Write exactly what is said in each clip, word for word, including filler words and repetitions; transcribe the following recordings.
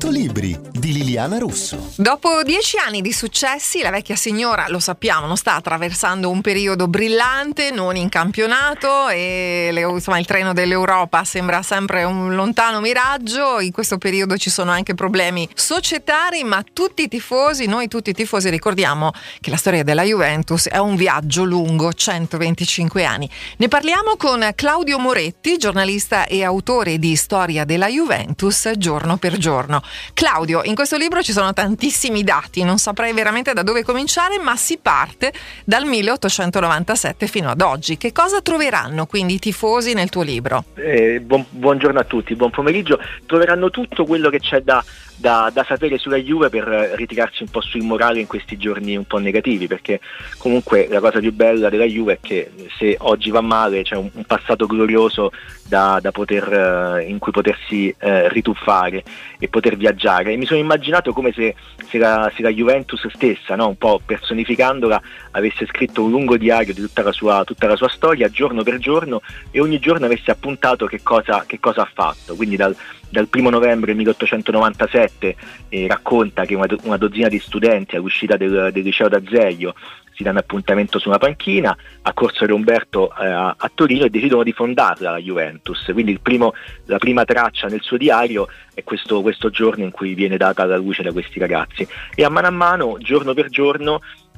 cento libri di Liliana Russo. Dopo dieci anni di successi, la vecchia signora, lo sappiamo, non sta attraversando un periodo brillante, non in campionato, e le, insomma, il treno dell'Europa sembra sempre un lontano miraggio. In questo periodo ci sono anche problemi societari, ma tutti i tifosi, noi tutti i tifosi ricordiamo che la storia della Juventus è un viaggio lungo, centoventicinque anni. Ne parliamo con Claudio Moretti, giornalista e autore di Storia della Juventus, giorno per giorno. Claudio, in questo libro ci sono tantissimi dati, non saprei veramente da dove cominciare, ma si parte dal milleottocentonovantasette fino ad oggi. Che cosa troveranno quindi i tifosi nel tuo libro? Eh, buon, buongiorno a tutti, buon pomeriggio. Troveranno tutto quello che c'è da, da, da sapere sulla Juve per ritirarsi un po' sul morale in questi giorni un po' negativi, perché comunque la cosa più bella della Juve è che se oggi va male c'è un, un passato glorioso da, da poter, in cui potersi eh, rituffare e poter viaggiare. E mi sono immaginato come se, se, la, se la Juventus stessa, no, un po' personificandola, avesse scritto un lungo diario di tutta la sua, tutta la sua storia, giorno per giorno, e ogni giorno avesse appuntato che cosa, che cosa ha fatto. Quindi dal, dal primo novembre milleottocentonovantasette eh, racconta che una, una dozzina di studenti all'uscita del, del liceo d'Azeglio si danno appuntamento su una panchina a Corso Re Umberto eh, a Torino e decidono di fondarla la Juventus. Quindi il primo, la prima traccia nel suo diario è questo, questo giorno in cui viene data la luce da questi ragazzi, e a mano a mano, giorno per giorno,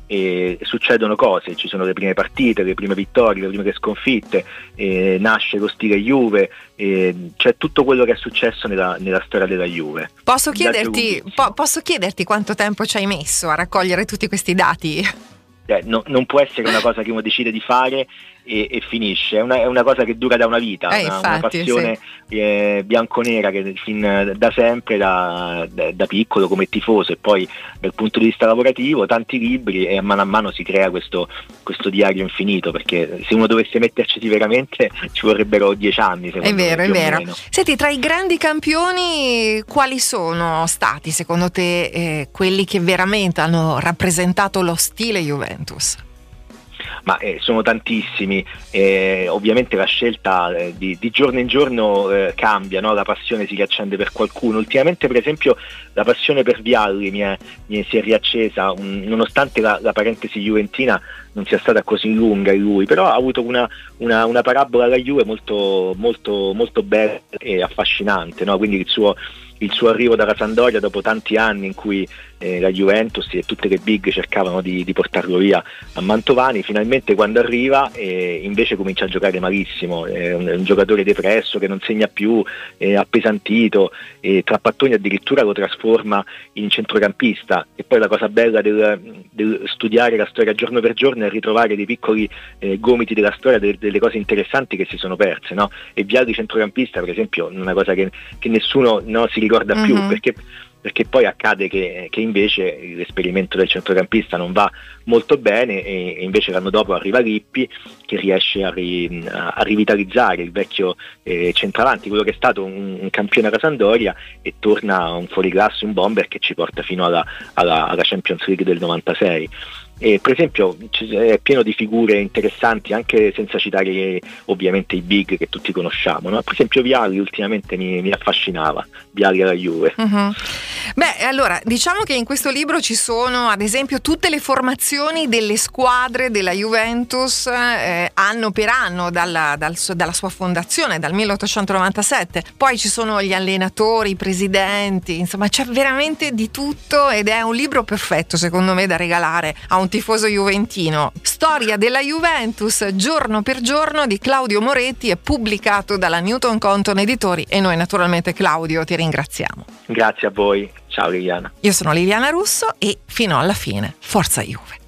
E succedono cose, ci sono le prime partite, le prime vittorie, le prime sconfitte, e nasce lo stile Juve, e c'è tutto quello che è successo nella, nella storia della Juve. Posso chiederti, po- posso chiederti quanto tempo ci hai messo a raccogliere tutti questi dati? Eh, no, non può essere una cosa che uno decide di fare e, e finisce, è una, è una cosa che dura da una vita, eh, una, infatti, una passione sì. eh, bianconera che fin da sempre, da, da, da piccolo come tifoso, e poi dal punto di vista lavorativo tanti libri, e a mano a mano si crea questo, questo diario infinito, perché se uno dovesse metterci veramente ci vorrebbero dieci anni. È vero, è vero. Senti, tra i grandi campioni quali sono stati secondo te eh, quelli che veramente hanno rappresentato lo stile Juventus? Ma eh, sono tantissimi, eh, ovviamente la scelta eh, di, di giorno in giorno eh, cambia, no? La passione si riaccende per qualcuno. Ultimamente per esempio la passione per Vialli mi, è, mi è, si è riaccesa, un, nonostante la, la parentesi juventina non sia stata così lunga in lui, però ha avuto una, una, una parabola alla Juve molto, molto, molto bella e affascinante, no? Quindi il suo, il suo arrivo dalla Sampdoria dopo tanti anni in cui eh, la Juventus e tutte le big cercavano di, di portarlo via a Mantovani, finalmente quando arriva eh, invece comincia a giocare malissimo, è un, è un giocatore depresso che non segna più, è appesantito, e Trapattoni addirittura lo trasforma in centrocampista. E poi la cosa bella del, del studiare la storia giorno per giorno è ritrovare dei piccoli eh, gomiti della storia, de, delle cose interessanti che si sono perse, no? E Vialli centrocampista per esempio è una cosa che, che nessuno, no, si ricorda più, mm-hmm. perché perché poi accade che, che invece l'esperimento del centrocampista non va molto bene, e, e invece l'anno dopo arriva Lippi che riesce a, ri, a rivitalizzare il vecchio eh, centravanti, quello che è stato un, un campione alla Sampdoria, e torna un fuoriclasse, un bomber che ci porta fino alla, alla, alla Champions League del novantasei. E per esempio è pieno di figure interessanti, anche senza citare ovviamente i big che tutti conosciamo, no? Per esempio Vialli ultimamente mi, mi affascinava, Vialli alla Juve. Uh-huh. Beh, allora diciamo che in questo libro ci sono ad esempio tutte le formazioni delle squadre della Juventus eh, anno per anno dalla, dal, dalla sua fondazione, dal milleottocentonovantasette. Poi ci sono gli allenatori, i presidenti, insomma c'è veramente di tutto, ed è un libro perfetto secondo me da regalare a un tifoso juventino. Storia della Juventus giorno per giorno di Claudio Moretti è pubblicato dalla Newton Compton Editori, e noi naturalmente, Claudio, ti ringraziamo. Grazie a voi, ciao Liliana. Io sono Liliana Russo e fino alla fine, forza Juve.